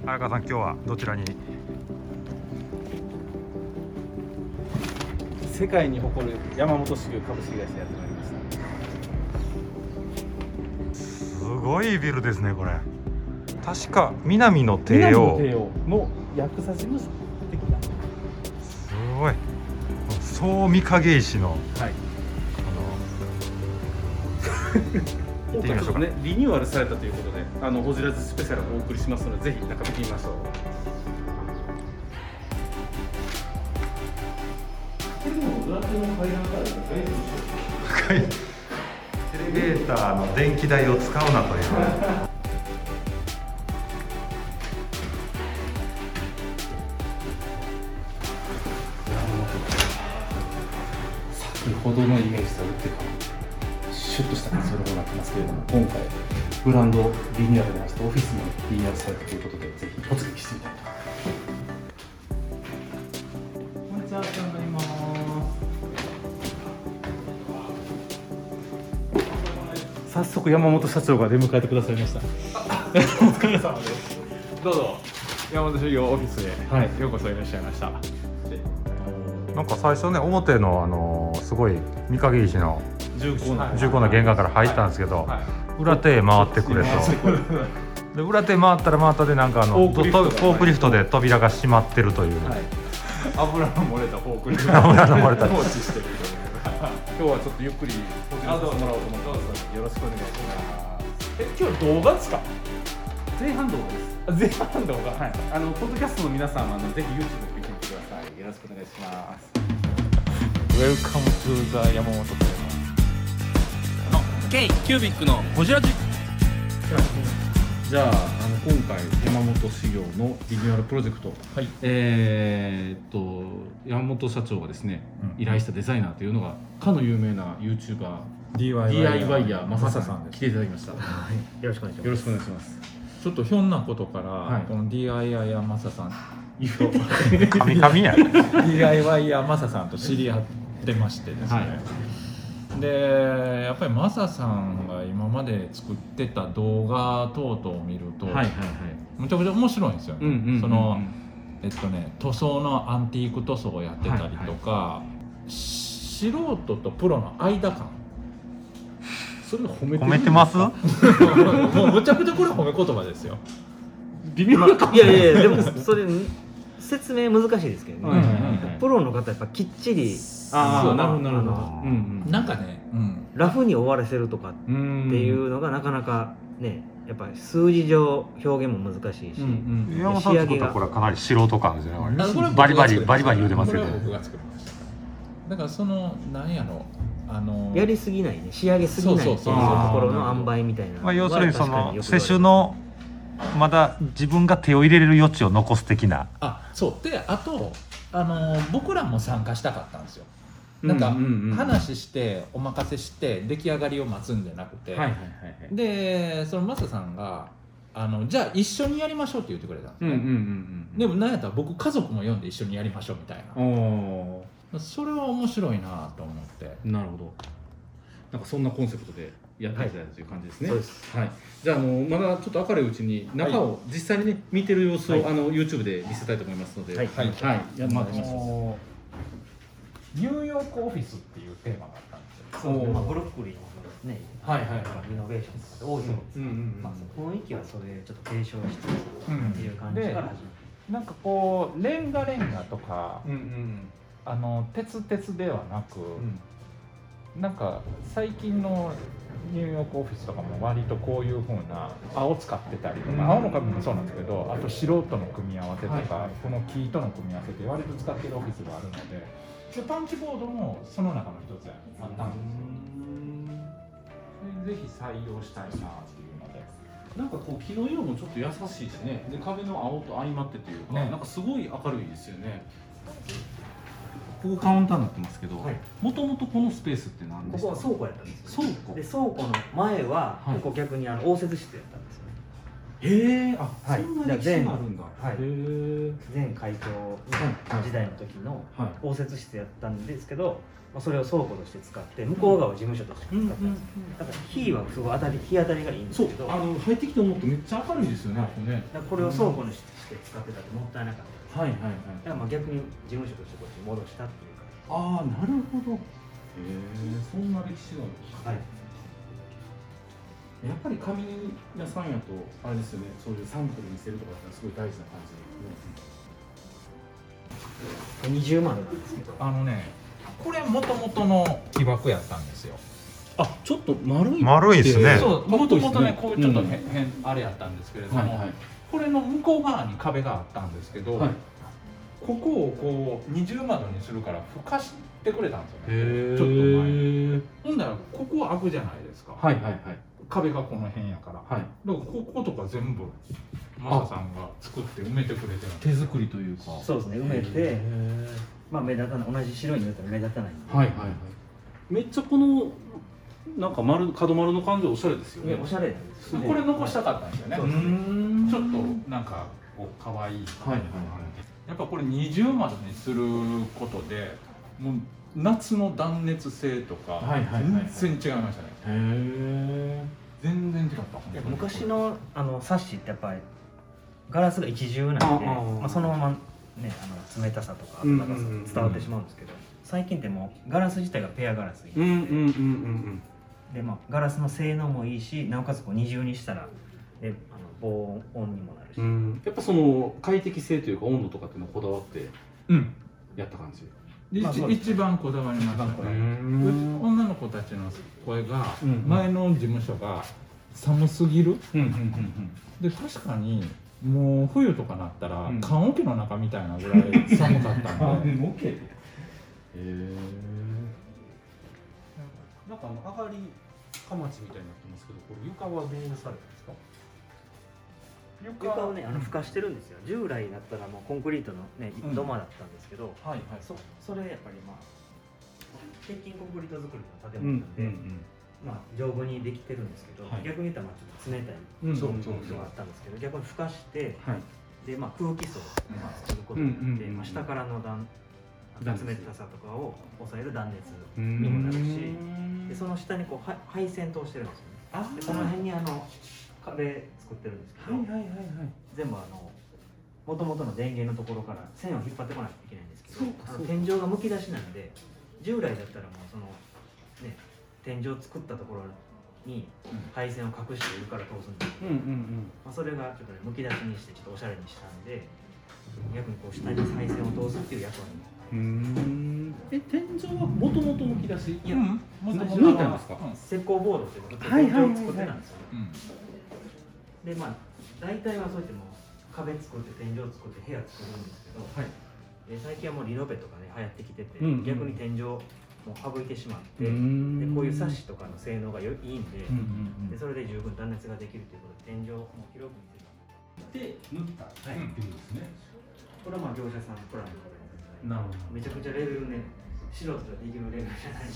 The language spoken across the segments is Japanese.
早川さん、今日はどちらに？ 世界に誇る山本修行株式会社やってまいりました。 すごいビルですね、これ。確か南の帝王。 南の帝王の薬剤師の的な。 すごい。総御影石の。 はい。 行ってみましょうかね、リニューアルされたということで、ホジラズスペシャルをお送りしますので、ぜひ中見てみましょう。これでも裏手の階段からエレベーターの電気代を使うなという。 先ほどのイメージと打って変わるシュッとした感じのものになってますけれども、今回ブランドリニューアルでましてオフィスもリニューアルされたということで、ぜひ突撃してみたいと。こんにちは、お世話になります。早速山本社長が出迎えてくださいました。 お疲れ様です。どうぞ山本修行オフィスへ、 はい、 ようこそいらっしゃいました。 なんか最初ね、表のすごい御影石の重厚な玄関から入ったんですけど、裏手へ回ってくれと。で裏手回ったら回ったで、なんかフォークリフトで扉が閉まってるという、 はい、油の漏れたフォークリフト油の漏れた放置してるという今日はちょっとゆっくりお話しさせてもらおうと思ってます。よろしくお願いします。 今日動画ですか？ 前半動画です。 前半動画、 はい、ポッドキャストの皆さんはぜひ YouTube を見てみてください。よろしくお願いします。 Welcome to the 山本テーマの K キュービックのホジラジ。じゃあ、今回山本修行のリニューアルプロジェクト、 はい、 山本社長がですね、依頼したデザイナーというのがかの有名な YouTuber DIY やマサさん来ていただきました。はい、 よろしくお願いします。 よろしくお願いします。 ちょっとひょんなことから、 はい、 この DIY やマサさん神々や。 DIY やマサさんと知り合ってましてですね、はい、でやっぱりマサさんが今まで作ってた動画等々を見ると、むちゃくちゃ面白いんですよね。その塗装のアンティーク塗装をやってたりとか、素人とプロの間感、それを褒めてます？ もうむちゃくちゃこれ褒め言葉ですよ。 微妙な、いやいやいや、でもそれ説明難しいですけどね。プロの方やっぱきっちり、 なるほどなるほど。 なんかね、 ラフに終わらせるとかっていうのがなかなかね、やっぱり数字上表現も難しいし、 山本さん作ったこれはかなり素人感ですよね。バリバリ言うてますけど。 僕が作りました。だからそのなんやろ、 やりすぎないね、仕上げすぎないっていうところの塩梅みたいな。 要するにその施主のまだ自分が手を入れれる余地を残す的な。 そうで、あと僕らも参加したかったんですよ。なんか話してお任せして出来上がりを待つんじゃなくて、でそのマサさんがじゃあ一緒にやりましょうって言ってくれたんですね。でもなんやったら僕家族も呼んで一緒にやりましょうみたいな。それは面白いなと思って。 なるほど。なんかそんなコンセプトでやっていただいたという感じですね。 そうです。 はい。じゃあまだちょっと明るいうちに中を実際にね見てる様子をYouTube で見せたいと思いますので、やってみましょう。 ニューヨークオフィスっていうテーマがあったんですよ。 そう、ブロックリーのね、リノベーションとか多いのです。雰囲気はそれちょっと継承しつつっていう感じから始まる。 なんかこうレンガとか鉄ではなく、なんか最近のニューヨークオフィスとかも割とこういう風な青使ってたりとか、青の壁もそうなんですけど、あと素人の組み合わせとか、この木との組み合わせって割と使ってるオフィスがあるので。でパンチボードもその中の一つやったんですよ。ぜひ採用したいなっていうので、 なんかこう木の色もちょっと優しいしね。で壁の青と相まってというか、なんかすごい明るいですよね。ここカウンターになってますけど、もともとこのスペースって何ですか？ ここは倉庫やったんですよ。 倉庫。 で倉庫の前はここ逆に応接室やったんですよね。 へえ、あ、 はいそんな歴史があるんだ。 はいへえ。 前会長時代の時の応接室やったんですけど、まあ、それを倉庫として使って向こう側を事務所として使ったんです。だから火はすごい日当たりがいいんですそうけど、 入ってきて思うとめっちゃ明るいですよね。ここね。 だからこれを倉庫にして使ってたってもったいなかったです。 はいはいはい。 だからまあ逆に事務所としてこっちに戻したっていうか。 ああ、なるほど。へえ、そんな歴史があるんですか。 はい。 やっぱり紙屋さんやとあれですよね。そういうサンプル見せるとかってすごい大事な感じ。 20万なんですけど。 これもともとの木箱やったんですよ。 あ、ちょっと丸い。 丸いですね。 そう、もともとね、こういうちょっと変あれやったんですけれども、 はいはい。 これの向こう側に壁があったんですけど、 はい。 ここをこう二重窓にするから吹かしてくれたんですよね。 へえ。 ちょっと前に。ほんだらここ開くじゃないですか。 はいはいはい。 壁がこの辺やから。 はい。 だからこことか全部マサさんが作って埋めてくれてるんです。 手作りというか。 そうですね、埋めて、まあ目立たない、同じ白いのやったら目立たないんで。 はいはいはい。めっちゃこのなんか角丸の感じおしゃれですよね。 おしゃれなんですよね。 これ残したかったんですよね。ちょっとなんかこう可愛い。 はいはいはい。 やっぱこれ二重窓にすることで、もう夏の断熱性とか全然違いましたね。 へえ。 全然違った。 昔のサッシってやっぱりガラスが一重なんで、まあそのままね冷たさとか暖かさ伝わってしまうんですけど、最近ってもうガラス自体がペアガラスで、まあガラスの性能もいいし、なおかつこう二重にしたら防音にもなるし、 やっぱその快適性というか温度とかっていうのをこだわってやった感じ。 一番こだわりましたね。女の子たちの声が、前の事務所が寒すぎる。で確かにもう冬とかなったら棺桶の中みたいなぐらい寒かったんで。 なんか上がりかまちみたいになってますけど、これ床はどうされたんですか？ 床をね孵化してるんですよ。従来だったらもうコンクリートのね土間だったんですけど、 はいはい。 それやっぱりまあ鉄筋コンクリート作りの建物なんで、まあ丈夫にできてるんですけど、逆に言ったらまあちょっと冷たいのがあったんですけど、逆に孵化してでまあ空気層を作ることによって下からの冷たさとかを抑える断熱にもなるし、でその下にこう配線通してるんですよね。でこの辺に壁作ってるんですけど、全部もともとの電源のところから線を引っ張ってこないといけないんですけど、天井がむき出しなんで、従来だったらもうそのね天井作ったところに配線を隠して上から通すんですけど、まあそれがちょっとねむき出しにしてちょっとおしゃれにしたんで、逆にこう下に配線を通すっていう役割も。 天井はもともとむき出し？ いや、 抜いたんですか？ 石膏ボードっていうのが天井を作ってたんですよね。でまあ大体はそうやっても壁作って天井作って部屋作るんですけど、最近はもうリノベとかね流行ってきてて、逆に天井も省いてしまって、でこういうサッシとかの性能がいいんで、でそれで十分断熱ができるということで天井も広く見せた。 で縫ったっていうですね。 これはまあ業者さんプランのこれなるほど。 めちゃくちゃレベルね、素人ができるレベルじゃないんで。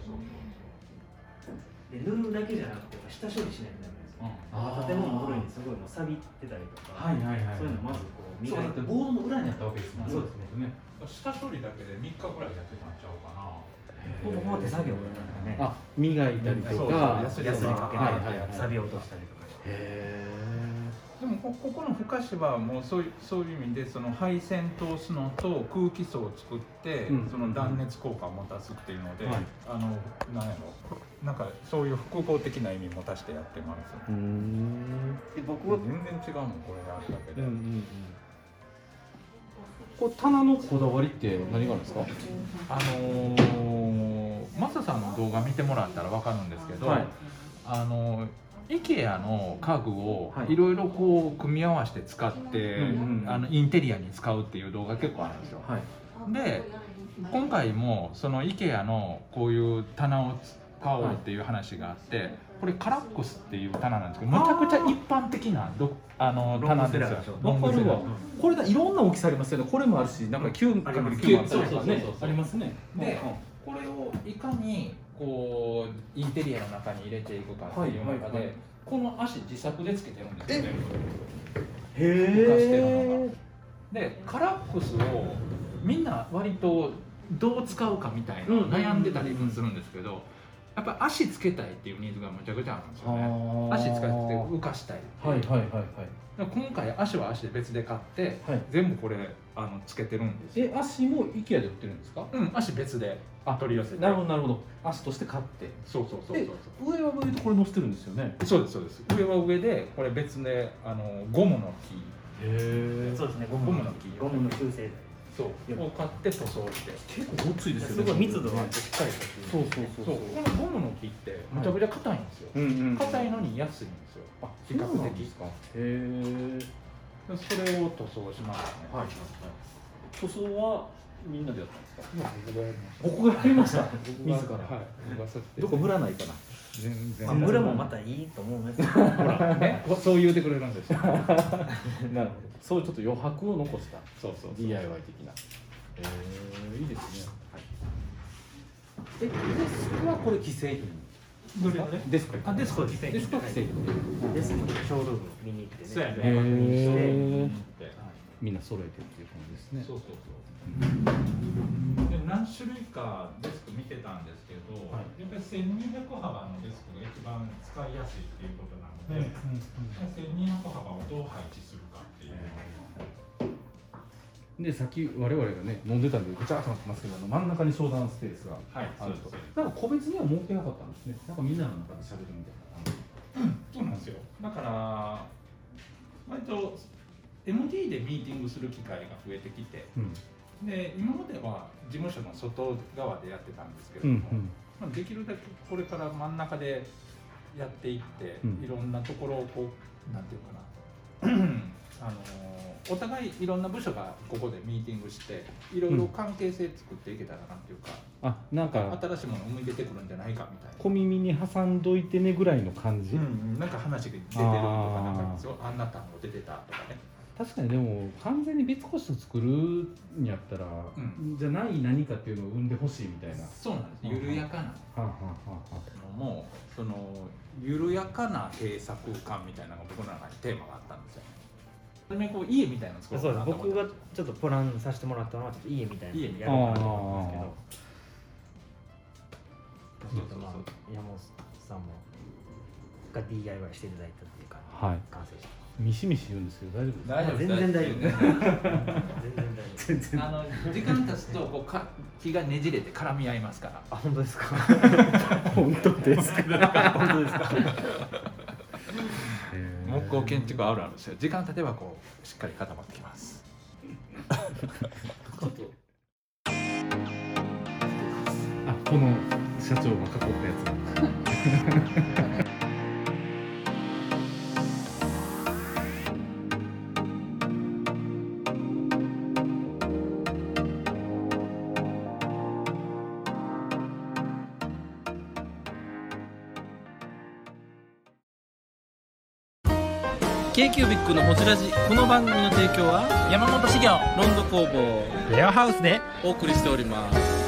で塗るだけじゃなくて下処理しないとダメですよ。建物の古いにすごいもう錆びてたりとか、そういうのまずこう磨いて。 ボードの裏にあったわけですもんね。 そうですね。 下処理だけで3日ぐらいやってたんちゃうかな。 ほぼ手作業だからね。 磨いたりとか、 ヤスリかけたりとか、錆び落としたりとか。 でもここのふかしはもうそういう意味でその配線通すのと空気層を作ってその断熱効果を持たすっていうので、なんやろなんかそういう複合的な意味持たしてやってます。 で僕は全然違うのこれがあるだけで。 これ棚のこだわりって何があるんですか？ マサさんの動画見てもらったら分かるんですけど、IKEA の家具をいろいろこう組み合わせて使ってインテリアに使うっていう動画結構あるんですよ。で今回もその IKEA のこういう棚を使おうっていう話があって、これカラックスっていう棚なんですけど、むちゃくちゃ一般的な棚ですよ。 これだいろんな大きさありますよね。これもあるし、なんか9×9もあったりとかね、ありますね。 でこれをいかにこうインテリアの中に入れていくかっていう中で、 この足自作でつけてるんですよね。 へ浮かしてるのが。でカラックスをみんな割とどう使うかみたいな悩んでたりするんですけど、やっぱり足つけたいっていうニーズがむちゃくちゃあるんですよね。足つけて浮かしたいっていう。 はいはいはいはい。 今回足は足で別で買って、 はい、 全部これつけてるんですよ。 足も IKEA で売ってるんですか？ うん、足別で取り寄せて。 なるほどなるほど。足として買って。 そうそうそうそう。 上は上でこれ乗せてるんですよね。 そうですそうです。上は上でこれ別でゴムの木。 へえ。そうですね。ゴムの木。ゴムの修正剤。 そうを買って塗装して。 結構ごついですよね。 すごい密度がしっかりと。 そうそうそう。このゴムの木ってめちゃくちゃ硬いんですよ。硬いのに安いんですよ。比較的。へえ。それを塗装しましたね。はい。 塗装はみんなでやったんですか？ 僕がやりました。 自ら。はい。どこ塗らないかな。 全然。 まあ塗るもまたいいと思うんですけど。 ほらね、そう言うてくれるんですよ。 なるほど。そういうちょっと余白を残した。 そうそう。 DIY 的な。いいですね。デスクはこれ既製品。デスクは既製品。デスクは既製品。 デスクのショールーム見に行ってね。 そうやね。 確認して。 みんな揃えてっていう感じですね。 そうそうそう。で何種類かデスク見てたんですけど、やっぱり1200幅のデスクが一番使いやすいっていうことなので、1200幅をどう配置するかっていう。 でさっき我々がね飲んでたんでぐちゃっとなってますけど、真ん中に商談スペースがあると。なんか個別には設けなかったんですね。なんかみんなの中で喋るみたいな。 そうなんですよ。だから割と MD でミーティングする機会が増えてきて、で今までは事務所の外側でやってたんですけれども、できるだけこれから真ん中でやっていって、いろんなところをこうなんていうかなお互いいろんな部署がここでミーティングしていろいろ関係性作っていけたらなんていうか、 なんか新しいものを生み出てくるんじゃないかみたいな。 小耳に挟んどいてねぐらいの感じ。 なんか話が出てるとかなんかあんな単語出てたとかね。 確かにでも完全に別個室作るんやったら、じゃない何かっていうのを生んでほしいみたいな。 そうなんです。緩やかなもうその緩やかな閉鎖空間みたいなのが僕の中にテーマがあったんですよ。初めこう家みたいなの作ろうかなと思って。 僕がちょっとプランさせてもらったのはちょっと家みたいなやろうかなと思ったんですけど、山本さんもが DIY していただいたっていうか、完成した。ミシミシ言うんですけど大丈夫ですか？全然大丈夫。全然大丈夫。 時間経つとこう気がねじれて絡み合いますから。 本当ですか？ 本当ですか？ 本当ですか？ 木工建築あるあるですよ。時間経てばこうしっかり固まってきます。 この社長が囲ったやつ。 K-Cubic のホジラジ、この番組の提供は山本資源ロンド工房レアハウスでお送りしております。